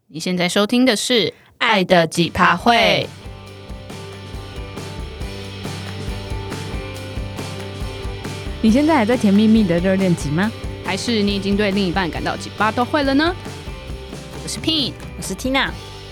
你现在收听的是《爱的几趴会》。 你现在还在甜蜜蜜的热恋期吗？ 还是你已经对另一半感到几趴都会了呢？我是 Pin， 我是 Tina。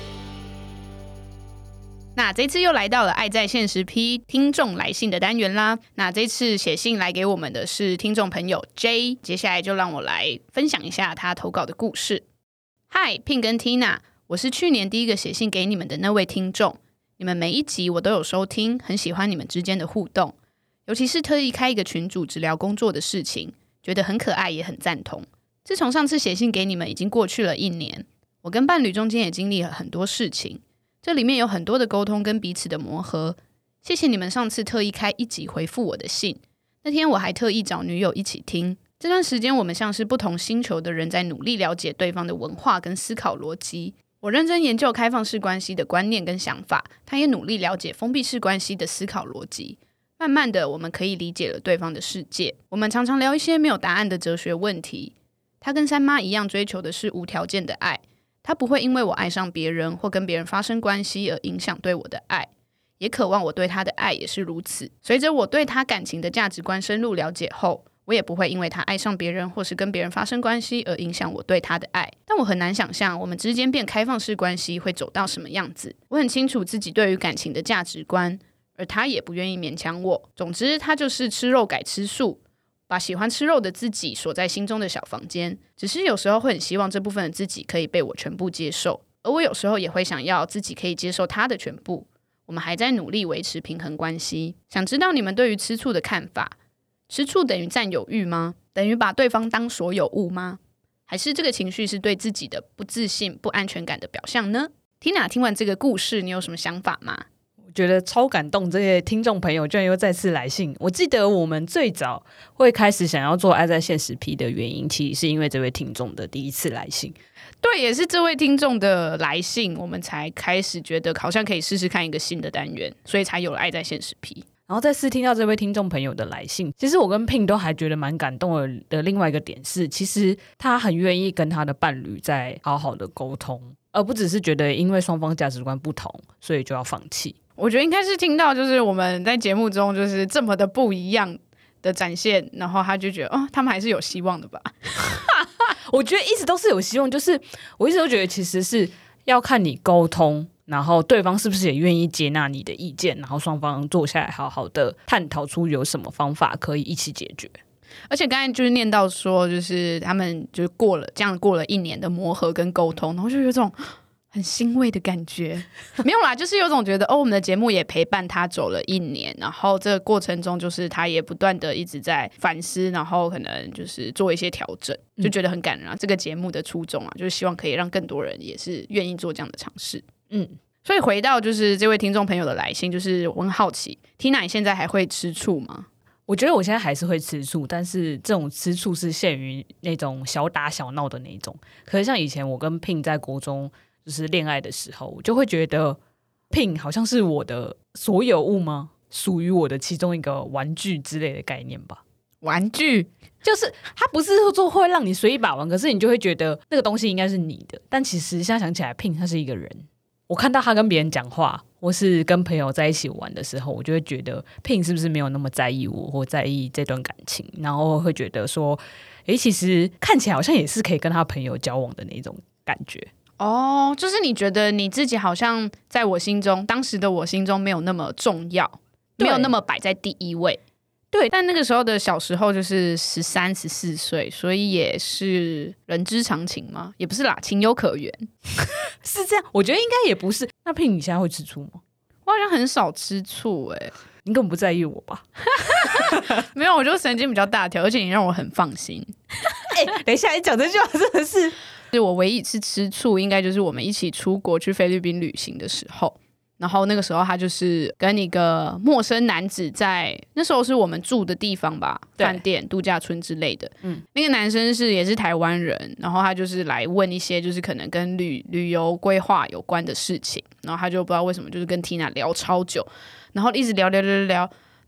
那这次又来到了爱在现实批听众来信的单元啦。那这次写信来给我们的是听众朋友 J， 接下来就让我来分享一下他投稿的故事。嗨 Pin 跟 Tina， 我是去年第一个写信给你们的那位听众，你们每一集我都有收听，很喜欢你们之间的互动，尤其是特意开一个群组只聊工作的事情，觉得很可爱也很赞同。自从上次写信给你们已经过去了1年，我跟伴侣中间也经历了很多事情，这里面有很多的沟通跟彼此的磨合。谢谢你们上次特意开1集回复我的信，那天我还特意找女友一起听。这段时间我们像是不同星球的人，在努力了解对方的文化跟思考逻辑。我认真研究开放式关系的观念跟想法，他也努力了解封闭式关系的思考逻辑。慢慢的我们可以理解了对方的世界。我们常常聊一些没有答案的哲学问题。他跟三妈一样追求的是无条件的爱，他不会因为我爱上别人或跟别人发生关系而影响对我的爱，也渴望我对他的爱也是如此。随着我对他感情的价值观深入了解后，我也不会因为他爱上别人或是跟别人发生关系而影响我对他的爱。但我很难想象我们之间变开放式关系会走到什么样子。我很清楚自己对于感情的价值观，而他也不愿意勉强我。总之他就是吃肉改吃素，把喜欢吃肉的自己锁在心中的小房间，只是有时候会很希望这部分的自己可以被我全部接受，而我有时候也会想要自己可以接受他的全部。我们还在努力维持平衡关系。想知道你们对于吃醋的看法。吃醋等于占有欲吗？等于把对方当所有物吗？还是这个情绪是对自己的不自信、不安全感的表象呢？ Tina 听完这个故事你有什么想法吗？ 我觉得超感动，这些听众朋友居然又再次来信。我记得我们最早会开始想要做爱在现实批的原因，其实是因为这位听众的第一次来信。 对，也是这位听众的来信，我们才开始觉得好像可以试试看一个新的单元，所以才有了爱在现实批。 然后再次听到这位听众朋友的来信，其实我跟 Pin 都还觉得蛮感动的另外一个点是，其实他很愿意跟他的伴侣再好好的沟通，而不只是觉得因为双方价值观不同所以就要放弃。 我觉得应该是听到就是我们在节目中就是这么的不一样的展现，然后他就觉得哦，他们还是有希望的吧。 我觉得一直都是有希望，就是我一直都觉得其实是要看你沟通，然后对方是不是也愿意接纳你的意见，然后双方坐下来好好的探讨出有什么方法可以一起解决。 而且刚才就是念到说，就是他们就过了1年的磨合跟沟通，然后就有一种很欣慰的感觉。没有啦，就是有种觉得哦，我们的节目也陪伴他走了1年，然后这个过程中就是他也不断的一直在反思，然后可能就是做一些调整，就觉得很感人啊。这个节目的初衷啊，就是希望可以让更多人也是愿意做这样的尝试。所以回到就是这位听众朋友的来信，就是我很好奇 Tina 你现在还会吃醋吗？ 我觉得我现在还是会吃醋，但是这种吃醋是限于那种小打小闹的那种。可是像以前我跟 Pin 在国中就是恋爱的时候，我就会觉得 Pin 好像是我的所有物吗？属于我的其中一个玩具之类的概念吧。 玩具就是它不是说会让你随意把玩，可是你就会觉得那个东西应该是你的。但其实现在想起来 Pin 他是一个人，我看到他跟别人讲话或是跟朋友在一起玩的时候，我就会觉得 Pin 是不是没有那么在意我或在意这段感情，然后会觉得说其实看起来好像也是可以跟他朋友交往的那种感觉。 哦，就是你觉得你自己好像在我心中，当时的我心中没有那么重要，没有那么摆在第一位。对，但那个时候的小时候就是13、14岁，所以也是人之常情嘛，也不是啦，情有可原。 是这样，我觉得应该也不是。那 Pin 你现在会吃醋吗？ 我好像很少吃醋你根本不在意我吧？ 没有，我就神经比较大条，而且你让我很放心。 等一下，你讲这句话真的是我唯一一次吃醋，应该就是我们一起出国去菲律宾旅行的时候。然后那个时候他就是跟一个陌生男子在，那时候是我们住的地方吧，饭店、度假村之类的。那个男生也是台湾人，然后他就是来问一些就是可能跟旅游规划有关的事情，然后他就不知道为什么就是跟 Tina 聊超久，然后一直聊，然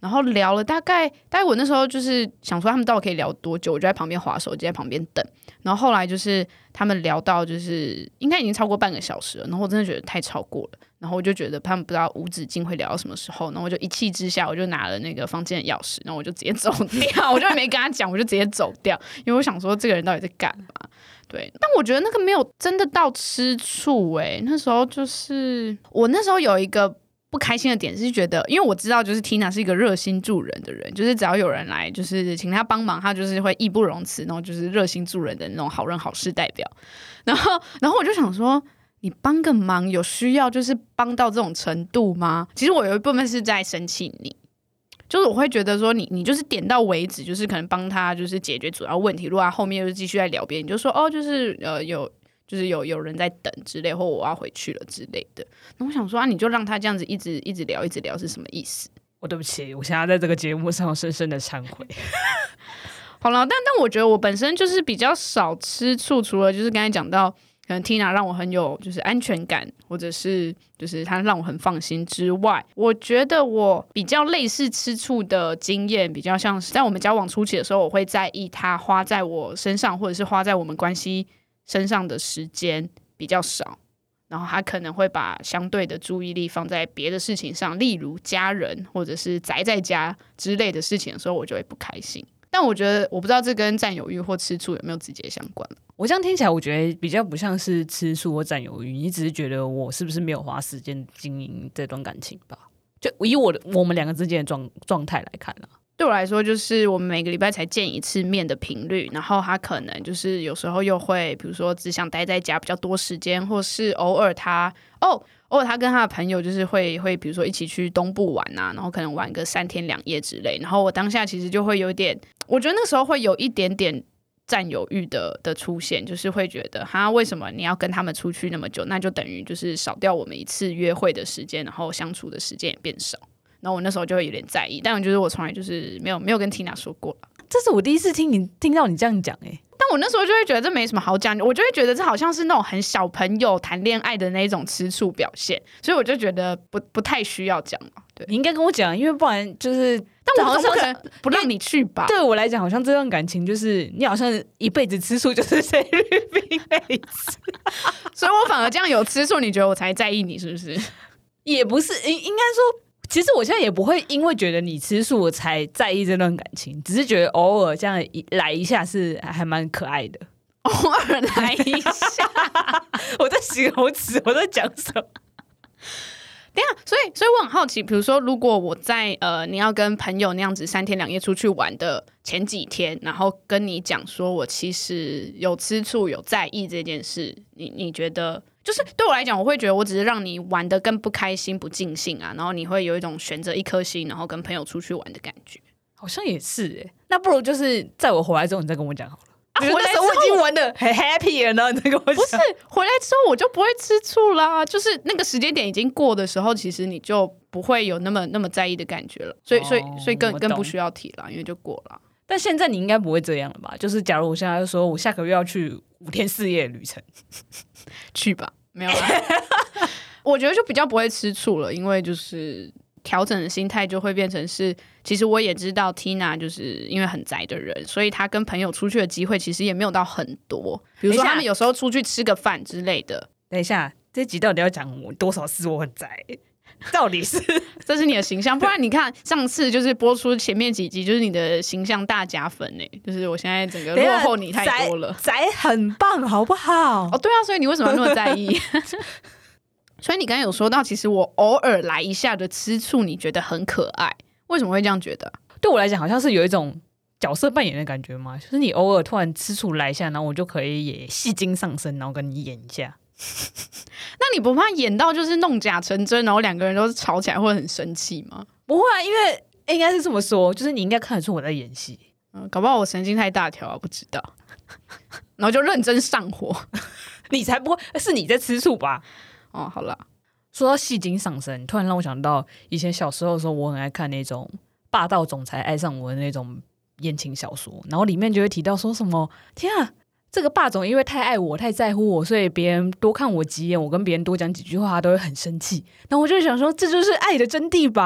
然后聊了大概我那时候就是想说他们到底可以聊多久，我就在旁边滑手机，在旁边等。然后后来就是他们聊到就是应该已经超过半个小时了，然后我真的觉得太超过了，然后我就觉得他们不知道无止境会聊到什么时候，然后我就一气之下我就拿了那个房间的钥匙，然后我就直接走掉，我就没跟他讲，我就直接走掉，因为我想说这个人到底在干嘛。对，但我觉得那个没有真的到吃醋那时候就是我那时候有一个不开心的点是觉得，因为我知道就是 Tina 是一个热心助人的人，就是只要有人来就是请他帮忙，他就是会义不容辞，然后就是热心助人的那种好人好事代表。然后我就想说，你帮个忙有需要就是帮到这种程度吗？其实我有一部分是在生气你，就是我会觉得说你就是点到为止，就是可能帮他就是解决主要问题，如果他后面又继续在聊别人，你就说就是有人在等之类，或我要回去了之类的。那我想说你就让他这样子一直聊是什么意思？ 对不起，我现在在这个节目上深深的忏悔。 好了，但我觉得我本身就是比较少吃醋，除了就是刚才讲到可能 Tina 让我很有就是安全感，或者是就是她让我很放心之外，我觉得我比较类似吃醋的经验，比较像是在我们交往初期的时候，我会在意他花在我身上，或者是花在我们关系身上的时间比较少，然后他可能会把相对的注意力放在别的事情上，例如家人或者是宅在家之类的事情的时候，我就会不开心。但我觉得我不知道这跟占有欲或吃醋有没有直接相关。 我这样听起来我觉得比较不像是吃醋或占有欲，你只是觉得我是不是没有花时间经营这段感情吧，就以我们两个之间的状态来看啦。 对我来说就是我们每个礼拜才见一次面的频率，然后他可能就是有时候又会比如说只想待在家比较多时间，或是偶尔他跟他的朋友就是会比如说一起去东部玩啊，然后可能玩个3天2夜之类，然后我当下其实就会有点，我觉得那时候会有一点点占有欲的出现，就是会觉得为什么你要跟他们出去那么久，那就等于就是少掉我们一次约会的时间，然后相处的时间也变少，然后我那时候就会有点在意，但我觉得我从来就是没有跟 Tina 说过了。 这是我第一次听到你这样讲但我那时候就会觉得这没什么好讲，我就会觉得这好像是那种很小朋友谈恋爱的那种吃醋表现，所以我就觉得不太需要讲嘛。对， 你应该跟我讲，因为不然就是， 但我总不可能不让你去吧？ 对我来讲，好像这段感情就是你好像一辈子吃醋，就是谁一辈子， 所以我反而这样有吃醋，你觉得我才在意你是不是？ 也不是，应该说。其实我现在也不会因为觉得你吃醋我才在意这段感情，只是觉得偶尔这样来一下是还蛮可爱的。 偶尔来一下， 我在形容词，我在讲什么？ 等一下，所以我很好奇，比如说，如果我在你要跟朋友那样子3天2夜出去玩的前几天，然后跟你讲说我其实有吃醋、有在意这件事，你觉得？就是对我来讲，我会觉得我只是让你玩得更不开心、不尽兴啊，然后你会有一种悬着一颗心，然后跟朋友出去玩的感觉。 好像也是那不如就是在我回来之后，你再跟我讲好了。 回来之后我已经玩得很 happy 了，然后你再跟我讲。 不是回来之后我就不会吃醋啦，就是那个时间点已经过的时候，其实你就不会有那么在意的感觉了，所以更不需要提啦，因为就过了。 但现在你应该不会这样了吧？就是假如我现在说我下个月要去5天4夜的旅程， 去吧，没有啦。我觉得就比较不会吃醋了，因为就是调整的心态就会变成是，其实我也知道 Tina 就是因为很宅的人，所以她跟朋友出去的机会其实也没有到很多，比如说他们有时候出去吃个饭之类的。 等一下，这集到底要讲我多少次我很宅？到底是这是你的形象，不然你看上次就是播出前面几集，就是你的形象大加分就是我现在整个落后你太多了。 宅很棒，好不好？ 对啊，所以你为什么那么在意？所以你刚才有说到，其实我偶尔来一下的吃醋，你觉得很可爱，为什么会这样觉得？ 对我来讲，好像是有一种角色扮演的感觉嘛，就是你偶尔突然吃醋来一下，然后我就可以也戏精上身，然后跟你演一下。 那你不怕演到就是弄假成真，然后2个人都吵起来会很生气吗？ 不会啊，因为应该是这么说，就是你应该看得出我在演戏。 搞不好我神经太大条不知道，然后就认真上火。 你才不会，是你在吃醋吧？ 好啦， 说到戏精上身，突然让我想到以前小时候的时候，我很爱看那种霸道总裁爱上我的那种言情小说，然后里面就会提到说什么，天啊，这个霸总因为太爱我太在乎我，所以别人多看我几眼，我跟别人多讲几句话他都会很生气。然后我就想说，这就是爱的真谛吧。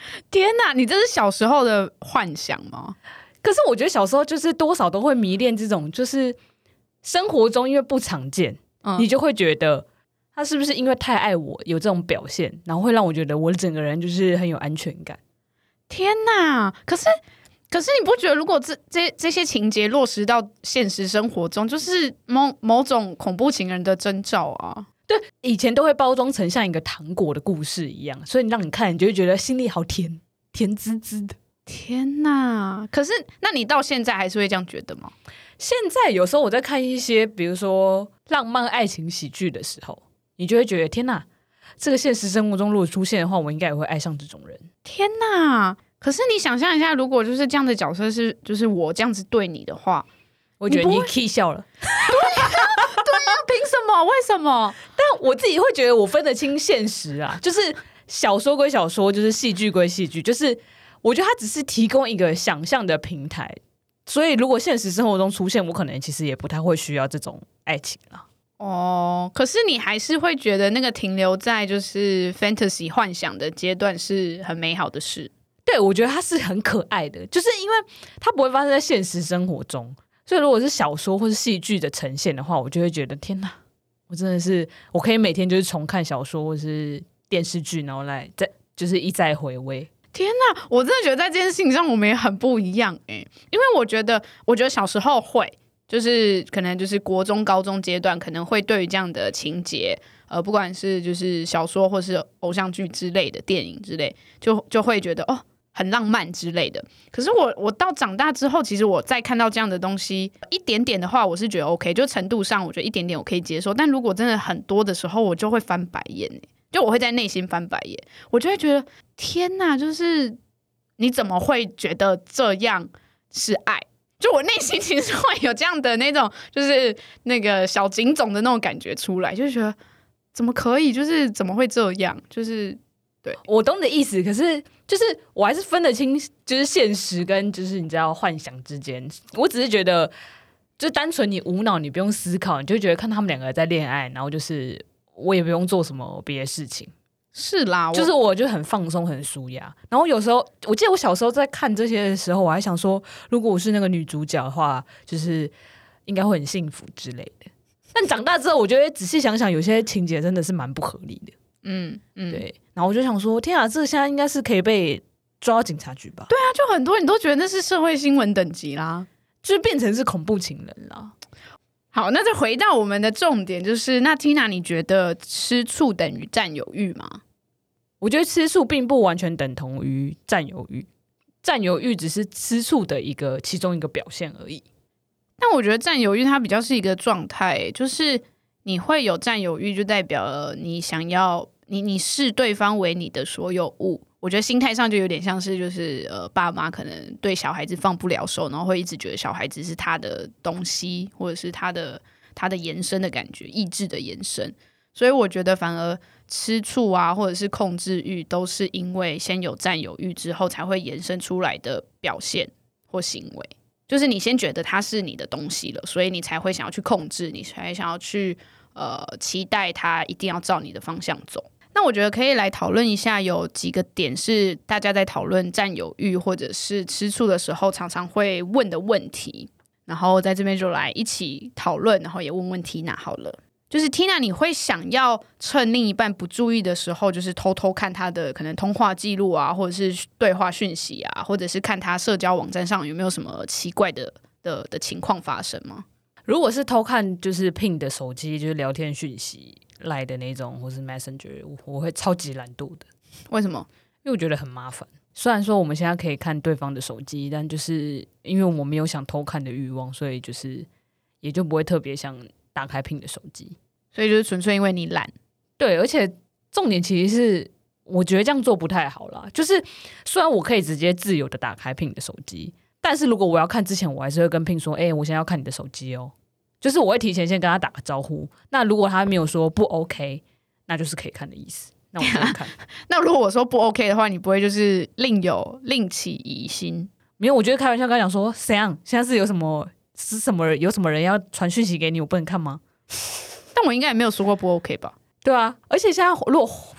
天哪，你这是小时候的幻想吗？ 可是我觉得小时候就是多少都会迷恋这种，就是生活中因为不常见，你就会觉得他是不是因为太爱我有这种表现，然后会让我觉得我整个人就是很有安全感。 天哪！可是你不觉得如果这些情节落实到现实生活中，就是某种恐怖情人的征兆啊？ 对，以前都会包装成像一个糖果的故事一样，所以让你看，你就会觉得心里好甜，甜滋滋的。 天哪！可是，那你到现在还是会这样觉得吗？ 现在有时候我在看一些，比如说浪漫爱情喜剧的时候，你就会觉得天哪，这个现实生活中如果出现的话，我应该也会爱上这种人。 天哪！可是你想象一下，如果就是这样的角色就是我这样子对你的话， 我觉得你 K 笑了。 对啊，凭什么？为什么？ 但我自己会觉得我分得清现实啊，就是小说归小说，就是戏剧归戏剧，就是我觉得它只是提供一个想象的平台，所以如果现实生活中出现，我可能其实也不太会需要这种爱情啦。 哦，可是你还是会觉得那个停留在就是 fantasy 幻想的阶段是很美好的事。 对，我觉得它是很可爱的，就是因为它不会发生在现实生活中，所以如果是小说或是戏剧的呈现的话，我就会觉得天哪，我真的是我可以每天就是重看小说或是电视剧，然后来再就是一再回味。 天哪，我真的觉得在这件事情上我们也很不一样因为我觉得小时候会就是可能就是国中高中阶段可能会对于这样的情节不管是就是小说或是偶像剧之类的电影之类就会觉得哦很浪漫之类的。可是我到长大之后，其实我再看到这样的东西一点点的话，我是觉得 OK， 就程度上我觉得一点点我可以接受，但如果真的很多的时候，我就会翻白眼就我会在内心翻白眼，我就会觉得天哪，就是你怎么会觉得这样是爱？就我内心其实会有这样的那种，就是那个小警总的那种感觉出来，就觉得怎么可以，就是怎么会这样？就是对我懂你的意思，可是就是我还是分得清，就是现实跟就是你知道幻想之间。我只是觉得，就单纯你无脑，你不用思考，你就觉得看他们两个在恋爱，然后就是我也不用做什么别的事情。 是啦， 就是我就很放松很舒压，然后有时候我记得我小时候在看这些的时候，我还想说如果我是那个女主角的话，就是应该会很幸福之类的。但长大之后我就会仔细想想，有些情节真的是蛮不合理的。对，然后我就想说天啊，这现在应该是可以被抓到警察局吧。 对啊，就很多你都觉得那是社会新闻等级啦， 就是变成是恐怖情人啦。 好，那再回到我们的重点，就是那 Tina 你觉得吃醋等于占有欲吗？ 我觉得吃醋并不完全等同于占有欲，占有欲只是吃醋的其中一个表现而已。 但我觉得占有欲它比较是一个状态，就是你会有占有欲，就代表了你想要你视对方为你的所有物。我觉得心态上就有点像是就是爸妈可能对小孩子放不了手，然后会一直觉得小孩子是他的东西，或者是他的延伸的感觉，意志的延伸。所以我觉得反而吃醋啊，或者是控制欲，都是因为先有占有欲之后才会延伸出来的表现或行为。就是你先觉得它是你的东西了，所以你才会想要去控制，你才想要去期待它一定要照你的方向走。那我觉得可以来讨论一下，有几个点是大家在讨论占有欲或者是吃醋的时候常常会问的问题，然后在这边就来一起讨论，然后也问问 Tina 好了。就是 Tina 你会想要趁另一半不注意的时候，就是偷偷看他的可能通话记录啊，或者是对话讯息啊，或者是看他社交网站上有没有什么奇怪的情况发生吗？ 如果是偷看就是 Pin 的手机，就是聊天讯息来的那种，或是 Messenger， 我会超级懒惰的。 为什么？ 因为我觉得很麻烦。虽然说我们现在可以看对方的手机，但就是因为我没有想偷看的欲望，所以就是也就不会特别想打开 Pin 的手机。 所以就是纯粹因为你懒。 对，而且重点其实是我觉得这样做不太好啦。就是虽然我可以直接自由的打开 Pin 的手机，但是如果我要看之前，我还是会跟 Pin 说我现在要看你的手机哦。就是我会提前先跟他打个招呼，那如果他没有说不 OK， 那就是可以看的意思，那我就会看。 那如果我说不 OK 的话，你不会就是另起疑心？ 没有，我觉得开玩笑跟他讲说怎样，现在是有什么人要传讯息给你，我不能看吗？ 但我应该也没有说过不 OK 吧？ 对啊，而且现在如果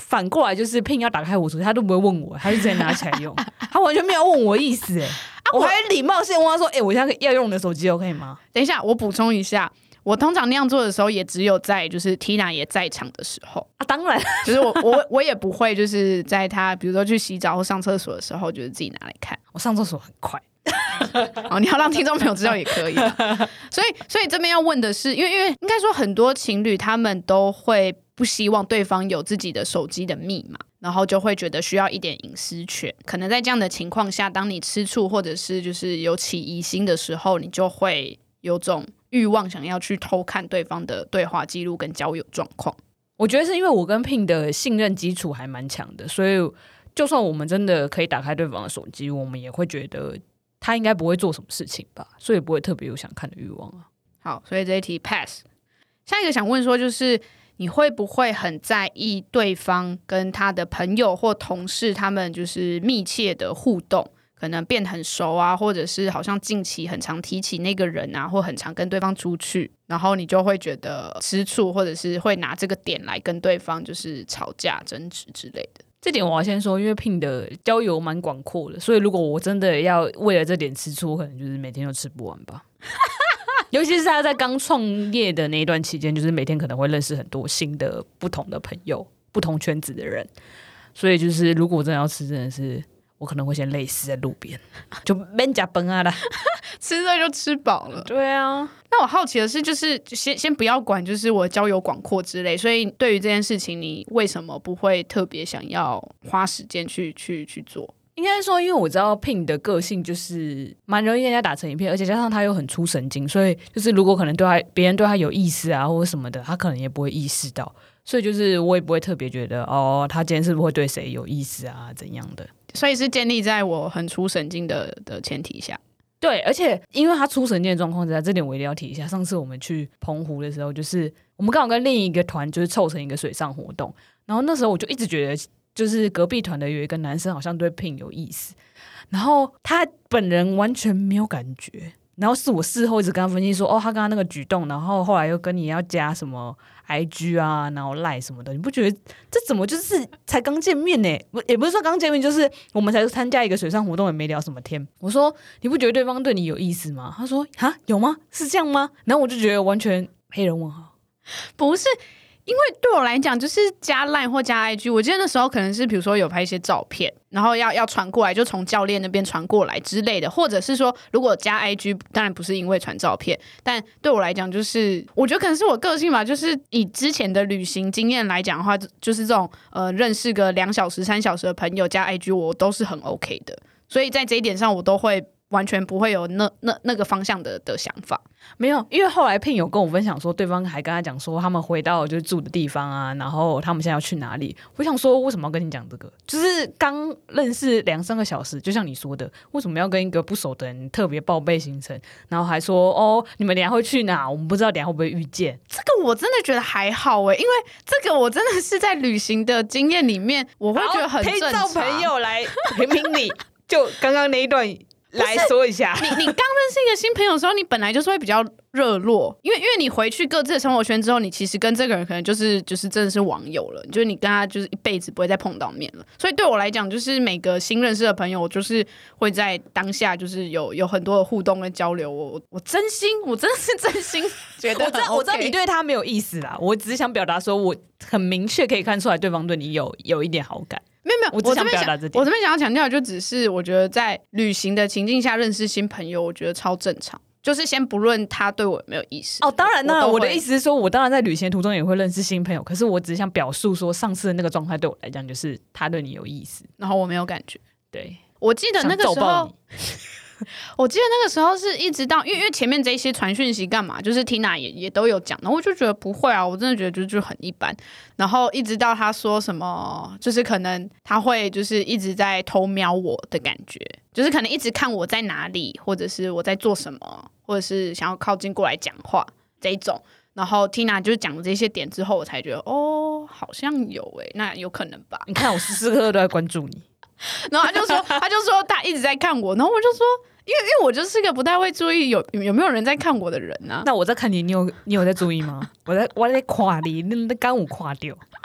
反过来就是 Pin 要打开我手机，他都不会问我，他就直接拿起来用，他完全没有问我意思我还礼貌性问他说：“我现在要用你的手机，OK 吗？” 等一下，我补充一下。我通常那样做的时候，也只有在就是 Tina 也在场的时候当然， 就是我也不会就是在他比如说去洗澡或上厕所的时候，就是自己拿来看。 我上厕所很快， 你要让听众朋友知道也可以所以这边要问的是，因为应该说很多情侣他们都会不希望对方有自己的手机的密码，然后就会觉得需要一点隐私权。可能在这样的情况下，当你吃醋或者是就是有起疑心的时候，你就会有种欲望想要去偷看对方的对话记录跟交友状况。 我觉得是因为我跟 Pin 的信任基础还蛮强的，所以就算我们真的可以打开对方的手机，我们也会觉得他应该不会做什么事情吧，所以不会特别有想看的欲望啊。 好，所以这一题 pass。 下一个想问说，就是你会不会很在意对方跟他的朋友或同事他们就是密切的互动，可能变很熟啊，或者是好像近期很常提起那个人啊，或很常跟对方出去，然后你就会觉得吃醋，或者是会拿这个点来跟对方就是吵架争执之类的。 这点我要先说，因为 Pin 的交友蛮广阔的，所以如果我真的要为了这点吃醋，我可能就是每天都吃不完吧尤其是他在刚创业的那一段期间，就是每天可能会认识很多新的不同的朋友，不同圈子的人，所以就是如果我真的要吃，真的是我可能会先累死在路边就免吃饭啊啦吃了就吃饱了。 对啊， 那我好奇的是，就是先不要管就是我交友广阔之类，所以对于这件事情你为什么不会特别想要花时间去做？ 应该说因为我知道 Pin 的个性就是蛮容易跟人家打成一片，而且加上他又很出神经，所以就是如果可能别人对他有意思啊或者什么的，他可能也不会意识到，所以就是我也不会特别觉得他今天是不是会对谁有意思啊怎样的， 所以是建立在我很出神经的前提下。 对，而且因为他出神经的状况下，这点我一定要提一下。上次我们去澎湖的时候，就是我们刚好跟另一个团就是凑成一个水上活动，然后那时候我就一直觉得就是隔壁团的有一个男生好像对 Pin 有意思，然后他本人完全没有感觉，然后是我事后一直跟他分析说他刚刚那个举动，然后后来又跟你要加什么 IG 啊然后 LINE 什么的，你不觉得这怎么就是才刚见面呢？也不是说刚见面，就是我们才参加一个水上活动，也没聊什么天。我说你不觉得对方对你有意思吗？他说有吗？是这样吗？然后我就觉得完全黑人问号。 不是，因为对我来讲，就是加 LINE 或加 IG， 我记得那时候可能是比如说有拍一些照片，然后要传过来，就从教练那边传过来之类的，或者是说如果加 IG， 当然不是因为传照片，但对我来讲，就是我觉得可能是我个性吧，就是以之前的旅行经验来讲的话，就是这种认识个2小时3小时的朋友加 IG， 我都是很 OK 的，所以在这一点上，我都会完全不会有那个方向的想法。 没有，因为后来 Pin 有跟我分享说，对方还跟他讲说他们回到就是住的地方啊，然后他们现在要去哪里。我想说为什么要跟你讲这个，就是刚认识2-3个小时，就像你说的，为什么要跟一个不熟的人特别报备行程，然后还说你们等一下会去哪，我们不知道等一下会不会遇见。 这个我真的觉得还好因为这个我真的是在旅行的经验里面，我会觉得很正常。 可以找朋友来评评你就刚刚那一段来说一下， 你刚认识一个新朋友的时候，你本来就是会比较热络，因为你回去各自的生活圈之后，你其实跟这个人可能就是真的是网友了，就是你跟他就是一辈子不会再碰到面了。所以对我来讲，就是每个新认识的朋友，我就是会在当下就是有很多的互动跟交流。我真的是真心觉得很 OK。 我知道你对他没有意思啦，我只是想表达说，我很明确可以看出来对方对你有一点好感。 没有， 我只想表达这点。 我这边想要强调，就只是我觉得在旅行的情境下认识新朋友，我觉得超正常。就是先不论他对我有没有意思。 当然我的意思是说，我当然在旅行途中也会认识新朋友，可是我只是想表述说，上次的那个状态对我来讲，就是他对你有意思， 然后我没有感觉。 对， 我记得那个时候。我记得那个时候是一直到，因为前面这一些传讯息干嘛，就是 Tina 也都有讲，然后我就觉得不会啊，我真的觉得就很一般。然后一直到他说什么，就是可能他会就是一直在偷瞄我的感觉，就是可能一直看我在哪里，或者是我在做什么，或者是想要靠近过来讲话这一种。然后 Tina 就讲了这些点之后，我才觉得好像有那有可能吧。 你看我时时刻刻都在关注你。 然后他就说他一直在看我，然后我就说，因为我就是个不太会注意有没有人在看我的人啊。 那我在看你，你有在注意吗？我在看你，你刚我看掉。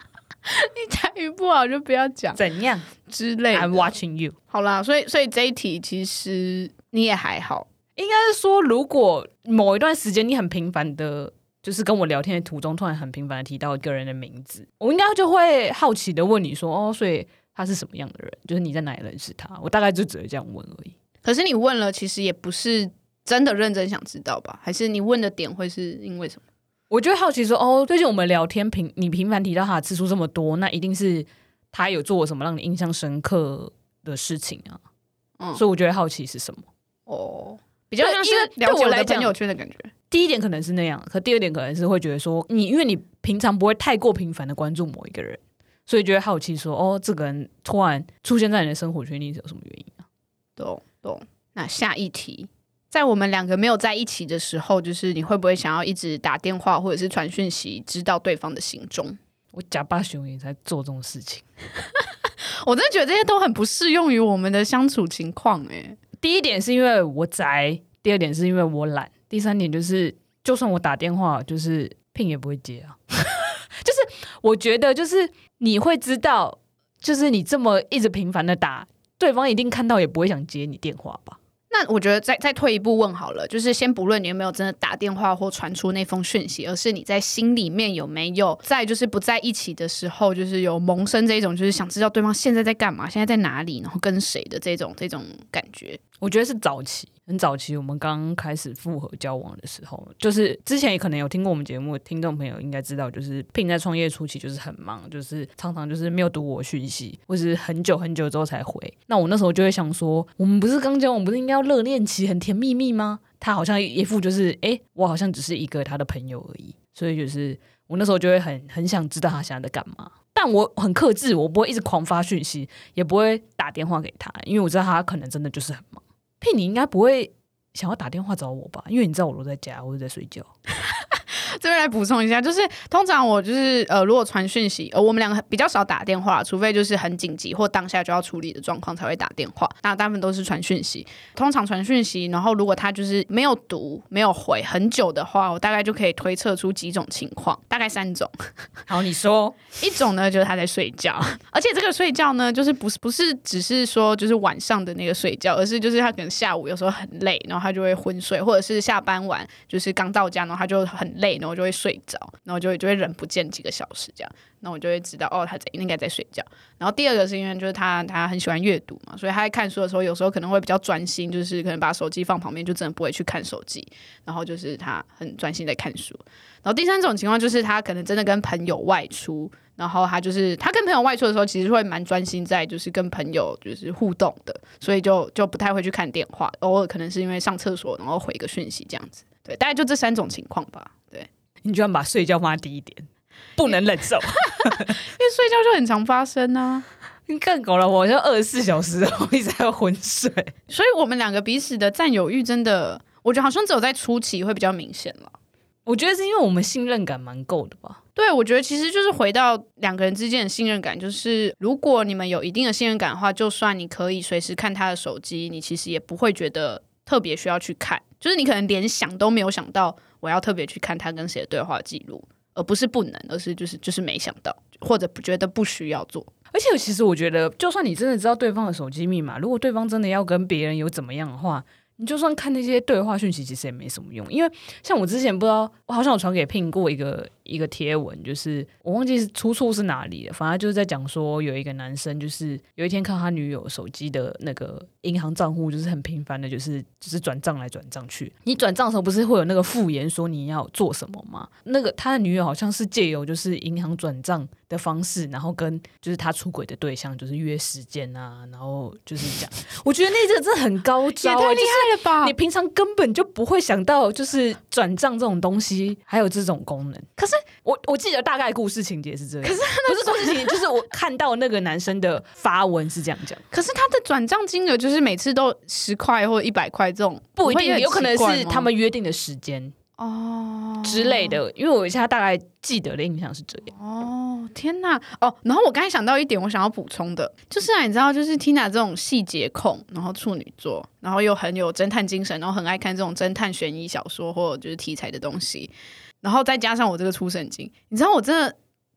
你台语不好就不要讲怎样之类的。 I'm watching you。 好啦，所以这一题其实你也还好。 应该是说，如果某一段时间你很频繁的，就是跟我聊天的途中，突然很频繁的提到一个人的名字，我应该就会好奇的问你说，哦，所以他是什么样的人？就是你在哪里认识他？我大概就只会这样问而已。 可是你问了，其实也不是真的认真想知道吧？还是你问的点会是因为什么？ 我就会好奇说，哦，最近我们聊天你频繁提到他的次数这么多，那一定是他有做什么让你印象深刻的事情啊？所以我就会好奇是什么。 哦，比较像是了解我的朋友圈的感觉。 第一点可能是那样，可第二点可能是会觉得说，因为你平常不会太过频繁的关注某一个人，所以就会好奇说，哦，这个人突然出现在你的生活圈里是有什么原因啊？ 懂。那下一题，在我们两个没有在一起的时候，就是你会不会想要一直打电话或者是传讯息，知道对方的行踪？ 我假巴熊也在做这种事情。 我真的觉得这些都很不适用于我们的相处情况欸。 第一点是因为我宅，第二点是因为我懒，第三点就是就算我打电话，就是聘也不会接啊。就是我觉得就是你会知道，就是你这么一直频繁的打，对方一定看到也不会想接你电话吧。 那我觉得再退一步问好了，就是先不论你有没有真的打电话或传出那封讯息，而是你在心里面有没有在就是不在一起的时候，就是有萌生这种就是想知道对方现在在干嘛，现在在哪里，然后跟谁的这种感觉。 我觉得是很早期我们刚开始复合交往的时候，就是之前也可能有听过我们节目的听众朋友应该知道，就是聘在创业初期就是很忙，就是常常就是没有读我讯息，或是很久很久之后才回。那我那时候就会想说，我们不是刚交往，不是应该要热恋期很甜蜜蜜吗？他好像一副就是我好像只是一个他的朋友而已，所以就是我那时候就会很想知道他现在在干嘛。但我很克制，我不会一直狂发讯息，也不会打电话给他，因为我知道他可能真的就是很忙。聘你应该不会想要打电话找我吧？因为你知道我都在家，我都在睡觉。 这边来补充一下，就是通常我就是如果传讯息，我们两个比较少打电话，除非就是很紧急或当下就要处理的状况才会打电话。那大部分都是传讯息，通常传讯息，然后如果他就是没有读、没有回很久的话，我大概就可以推测出几种情况，大概3种。 好，你说。 一种呢就是他在睡觉，而且这个睡觉呢，就是不是只是说就是晚上的那个睡觉，而是就是他可能下午有时候很累，然后他就会昏睡，或者是下班晚就是刚到家，然后他就很累，然后就会睡着，然后就会人不见几个小时这样，那我就会知道他应该在睡觉。然后第二个是因为就是他很喜欢阅读嘛，所以他在看书的时候有时候可能会比较专心，就是可能把手机放旁边，就真的不会去看手机，然后就是他很专心在看书。然后第三种情况就是他可能真的跟朋友外出，然后他跟朋友外出的时候，其实会蛮专心在就是跟朋友就是互动的，所以就不太会去看电话，偶尔可能是因为上厕所然后回个讯息这样子。对，大概就这3种情况吧。对， 你居然把睡觉放在第一点，不能忍受。 因为睡觉就很常发生啊。 你更狗了，我就24小时我一直在昏睡， 所以我们两个彼此的占有欲真的，我觉得好像只有在初期会比较明显了。 我觉得是因为我们信任感蛮够的吧。 对，我觉得其实就是回到两个人之间的信任感，就是如果你们有一定的信任感的话，就算你可以随时看他的手机，你其实也不会觉得特别需要去看，就是你可能连想都没有想到我要特别去看他跟谁的对话记录，而不是不能，而是就是没想到，或者觉得不需要做。 而且其实我觉得，就算你真的知道对方的手机密码，如果对方真的要跟别人有怎么样的话，你就算看那些对话讯息，其实也没什么用。因为像我之前不知道，我好像有传给聘过一个贴文，就是我忘记出处是哪里了，反正就是在讲说有一个男生就是有一天看他女友手机的那个银行账户，就是很频繁的，就是转账来转账去。你转账的时候不是会有那个附言说你要做什么吗？那个他的女友好像是借由就是银行转账的方式，然后跟就是他出轨的对象就是约时间啊，然后就是讲，我觉得那个真的很高招， 也太厉害了吧！ 你平常根本就不会想到就是转账这种东西还有这种功能。可是我记得大概故事情节是这样，可是不是故事情节，就是我看到那个男生的发文是这样讲。 可是他的转账金额就是每次都10块或100块这种， 不一定，有可能是他们约定的时间之类的，因为我现在大概记得的印象是这样。 天哪！然后我刚才想到一点，我想要补充的，就是你知道，就是 Tina 这种细节控，然后处女座，然后又很有侦探精神，然后很爱看这种侦探悬疑小说或者就是题材的东西，然后再加上我这个出神经，你知道我真的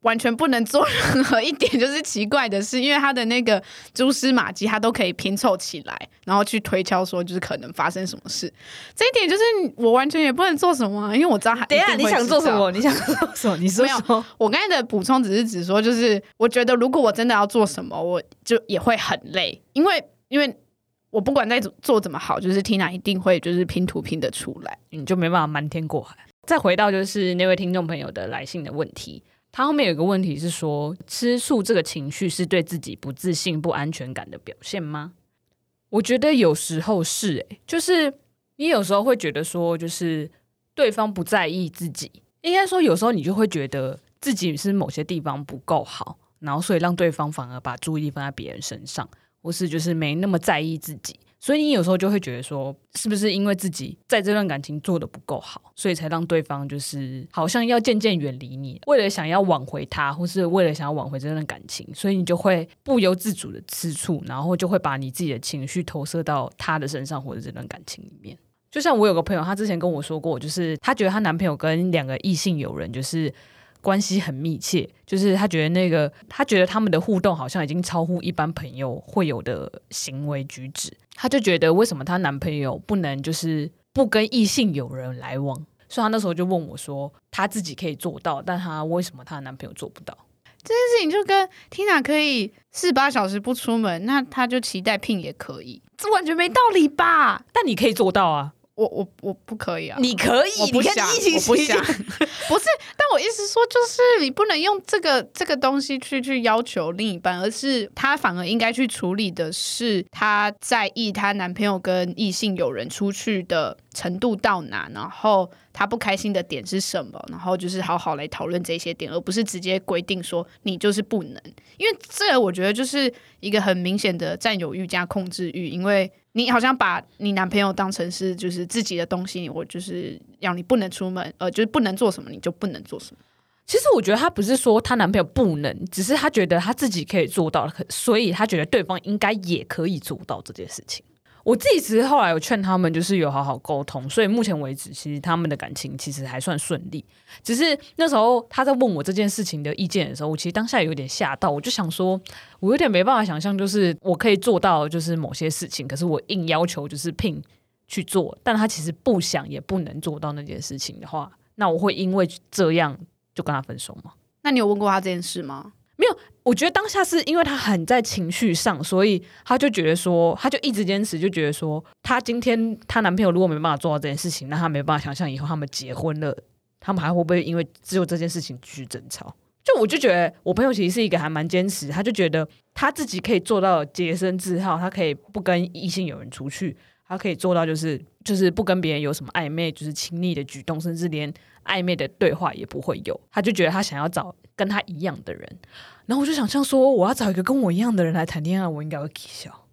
完全不能做任何一点就是奇怪的事，因为他的那个蛛丝马迹他都可以拼凑起来，然后去推敲说就是可能发生什么事。这一点就是我完全也不能做什么因为我知道他一定会知道。 等一下，你想做什么？你想做什么？你说说。 我刚才的补充只是指说，就是我觉得如果我真的要做什么，我就也会很累，因为我不管在做怎么好，就是 Tina 一定会就是拼图拼得出来， 你就没办法瞒天过海。再回到就是那位听众朋友的来信的问题，他后面有一个问题是说，吃醋这个情绪是对自己不自信、不安全感的表现吗？我觉得有时候是就是你有时候会觉得说，就是对方不在意自己，应该说有时候你就会觉得自己是某些地方不够好，然后所以让对方反而把注意力放在别人身上，或是就是没那么在意自己，所以你有时候就会觉得说，是不是因为自己在这段感情做得不够好，所以才让对方就是好像要渐渐远离你，为了想要挽回他，或是为了想要挽回这段感情，所以你就会不由自主的吃醋，然后就会把你自己的情绪投射到他的身上或者这段感情里面。就像我有个朋友，他之前跟我说过，就是他觉得他男朋友跟2个异性友人就是关系很密切，就是他觉得他们的互动好像已经超乎一般朋友会有的行为举止，他就觉得为什么她男朋友不能就是不跟异性友人来往，所以他那时候就问我说，他自己可以做到，但他为什么她的男朋友做不到？ 这件事情就跟 Tina 可以48小时不出门，那他就期待聘也可以，这完全没道理吧？ 但你可以做到啊。 我不可以啊！ 你可以， 我不想，我不想，不是。但我意思说，就是你不能用这个东西去要求另一半，而是她反而应该去处理的是她在意她男朋友跟异性友人出去的程度到哪，然后她不开心的点是什么，然后就是好好来讨论这些点，而不是直接规定说你就是不能。因为这个我觉得就是一个很明显的占有欲加控制欲，因为你好像把你男朋友当成是就是自己的东西，我就是让你不能出门，就是不能做什么你就不能做什么。 其实我觉得她不是说她男朋友不能，只是她觉得她自己可以做到，所以她觉得对方应该也可以做到这件事情。我自己其实后来有劝他们，就是有好好沟通，所以目前为止，其实他们的感情其实还算顺利。只是那时候他在问我这件事情的意见的时候，我其实当下有点吓到，我就想说，我有点没办法想象，就是我可以做到就是某些事情，可是我硬要求就是聘去做，但他其实不想也不能做到那件事情的话，那我会因为这样就跟他分手吗？ 那你有问过他这件事吗？ 没有，我觉得当下是因为他很在情绪上，所以他就觉得说，他就一直坚持，就觉得说，他今天他男朋友如果没办法做到这件事情，那他没办法想象以后他们结婚了，他们还会不会因为只有这件事情继续争吵？就我就觉得我朋友其实是一个还蛮坚持，他就觉得他自己可以做到洁身自好，他可以不跟异性有人出去，他可以做到就是不跟别人有什么暧昧，就是亲昵的举动，甚至连暧昧的对话也不会有。他就觉得他想要找跟他一样的人，然后我就想象说，我要找一个跟我一样的人来谈恋爱，我应该会气笑。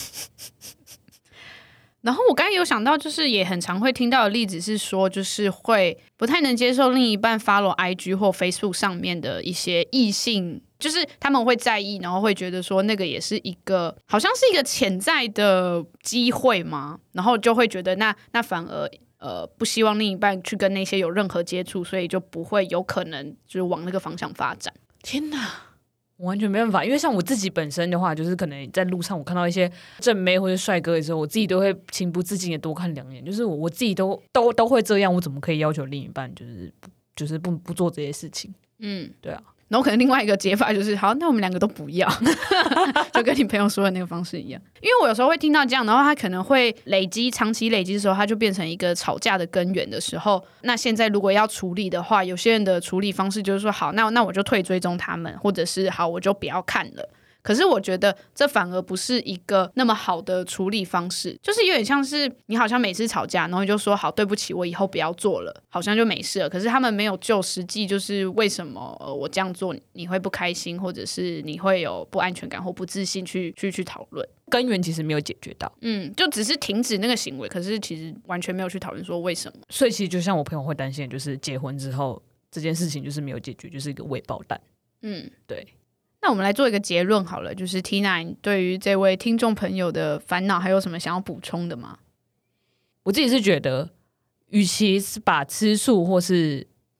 然后我刚才有想到，就是也很常会听到的例子是说，就是会不太能接受另一半 follow IG 或 Facebook 上面的一些异性，就是他们会在意，然后会觉得说那个也是一个好像是一个潜在的机会嘛，然后就会觉得那反而不希望另一半去跟那些有任何接触，所以就不会有可能就是往那个方向发展。 天哪！我完全没办法，因为像我自己本身的话，就是可能在路上我看到一些正妹或者帅哥的时候，我自己都会情不自禁的多看2眼，就是我自己都会这样，我怎么可以要求另一半就是不做这些事情？对啊。 然后可能另外一个解法就是好，那我们2个都不要，就跟你朋友说的那个方式一样。因为我有时候会听到这样，然后他可能会长期累积的时候，他就变成一个吵架的根源的时候。那现在如果要处理的话，有些人的处理方式就是说，好，那我就退追踪他们，或者是好，我就不要看了。可是我觉得这反而不是一个那么好的处理方式，就是有点像是你好像每次吵架，然后你就说好对不起，我以后不要做了，好像就没事了。可是他们没有就实际就是为什么我这样做你会不开心，或者是你会有不安全感或不自信去讨论。 根源其实没有解决到， 就只是停止那个行为，可是其实完全没有去讨论说为什么。 所以其实就像我朋友会担心，就是结婚之后这件事情就是没有解决，就是一个未爆弹。对。 那我们来做一个结论好了，就是 Tina 你对于这位听众朋友的烦恼还有什么想要补充的吗？ 我自己是觉得，与其是把吃醋或是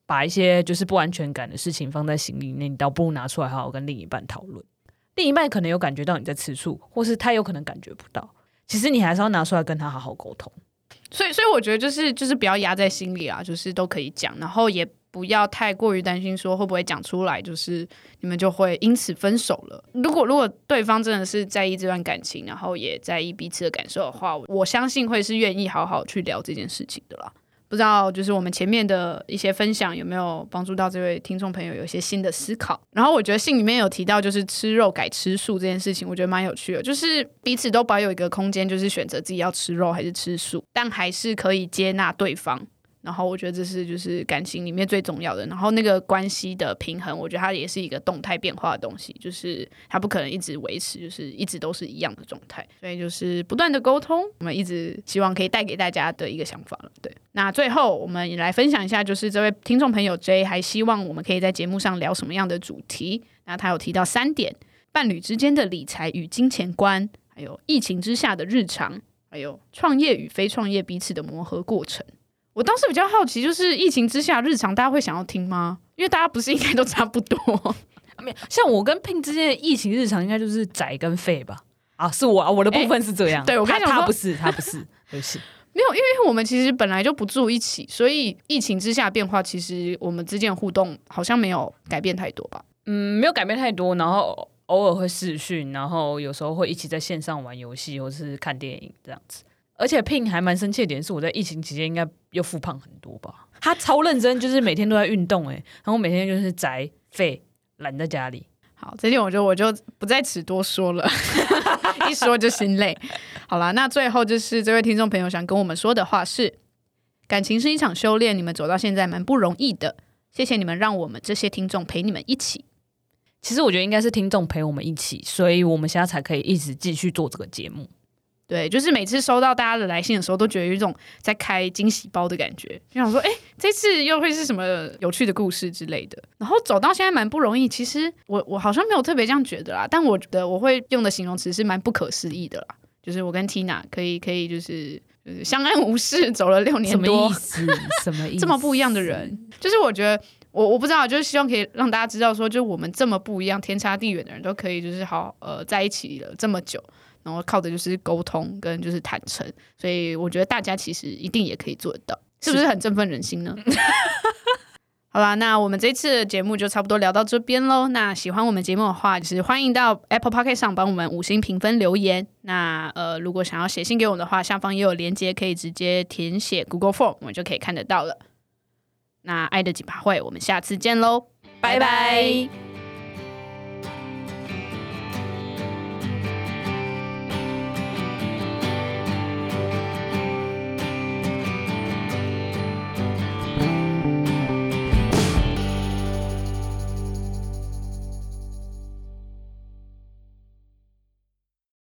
把一些就是不安全感的事情放在心里面，你倒不如拿出来好好跟另一半讨论。另一半可能有感觉到你在吃醋，或是他有可能感觉不到，其实你还是要拿出来跟他好好沟通。 所以我觉得就是不要压在心里啊，就是都可以讲，然后也不要太过于担心说会不会讲出来，就是你们就会因此分手了。如果对方真的是在意这段感情，然后也在意彼此的感受的话，我相信会是愿意好好去聊这件事情的啦。不知道就是我们前面的一些分享有没有帮助到这位听众朋友有一些新的思考。然后我觉得信里面有提到就是吃肉改吃素这件事情，我觉得蛮有趣的，就是彼此都保有一个空间，就是选择自己要吃肉还是吃素，但还是可以接纳对方。然后我觉得这是就是感情里面最重要的，然后那个关系的平衡，我觉得它也是一个动态变化的东西，就是它不可能一直维持，就是一直都是一样的状态，所以就是不断的沟通，我们一直希望可以带给大家的一个想法了。对，那最后我们也来分享一下，就是这位听众朋友 J 还希望我们可以在节目上聊什么样的主题。那他有提到3点：伴侣之间的理财与金钱观，还有疫情之下的日常，还有创业与非创业彼此的磨合过程。我当时比较好奇，就是疫情之下日常大家会想要听吗？因为大家不是应该都差不多像我跟 Pin 之间的疫情日常应该就是宅跟废吧。啊，是我的部分是这样。 对，我跟你讲说他不是对不起。 没有，因为我们其实本来就不住一起，所以疫情之下变化，其实我们之间的互动好像没有改变太多吧。 没有改变太多，然后偶尔会视讯，然后有时候会一起在线上玩游戏或是看电影这样子。而且 Pin 还蛮生气的点是，我在疫情期间应该又复胖很多吧。他超认真，就是每天都在运动然后每天就是宅废懒在家里。 好，这点我就不在此多说了一说就心累。好啦，那最后就是这位听众朋友想跟我们说的话是：感情是一场修炼，你们走到现在蛮不容易的，谢谢你们让我们这些听众陪你们一起。 其实我觉得应该是听众陪我们一起，所以我们现在才可以一直继续做这个节目。 对，就是每次收到大家的来信的时候，都觉得有一种在开惊喜包的感觉，就想说，这次又会是什么有趣的故事之类的。然后走到现在蛮不容易，其实我好像没有特别这样觉得啦，但我觉得我会用的形容词是蛮不可思议的啦，就是我跟 Tina 可以就是相安无事走了6年多， 什么意思？ 这么不一样的人，就是我觉得我不知道，就是希望可以让大家知道说，就我们这么不一样、天差地远的人都可以就是在一起了这么久。然后靠的就是沟通跟就是坦诚，所以我觉得大家其实一定也可以做得到，是不是很振奋人心呢？好啦，那我们这次的节目就差不多聊到这边咯。那喜欢我们节目的话，就是欢迎到 Apple Podcast 上帮我们5星评分留言。那如果想要写信给我们的话，下方也有连结，可以直接填写 Google Form， 我们就可以看得到了。那爱的几把会，我们下次见咯，拜拜。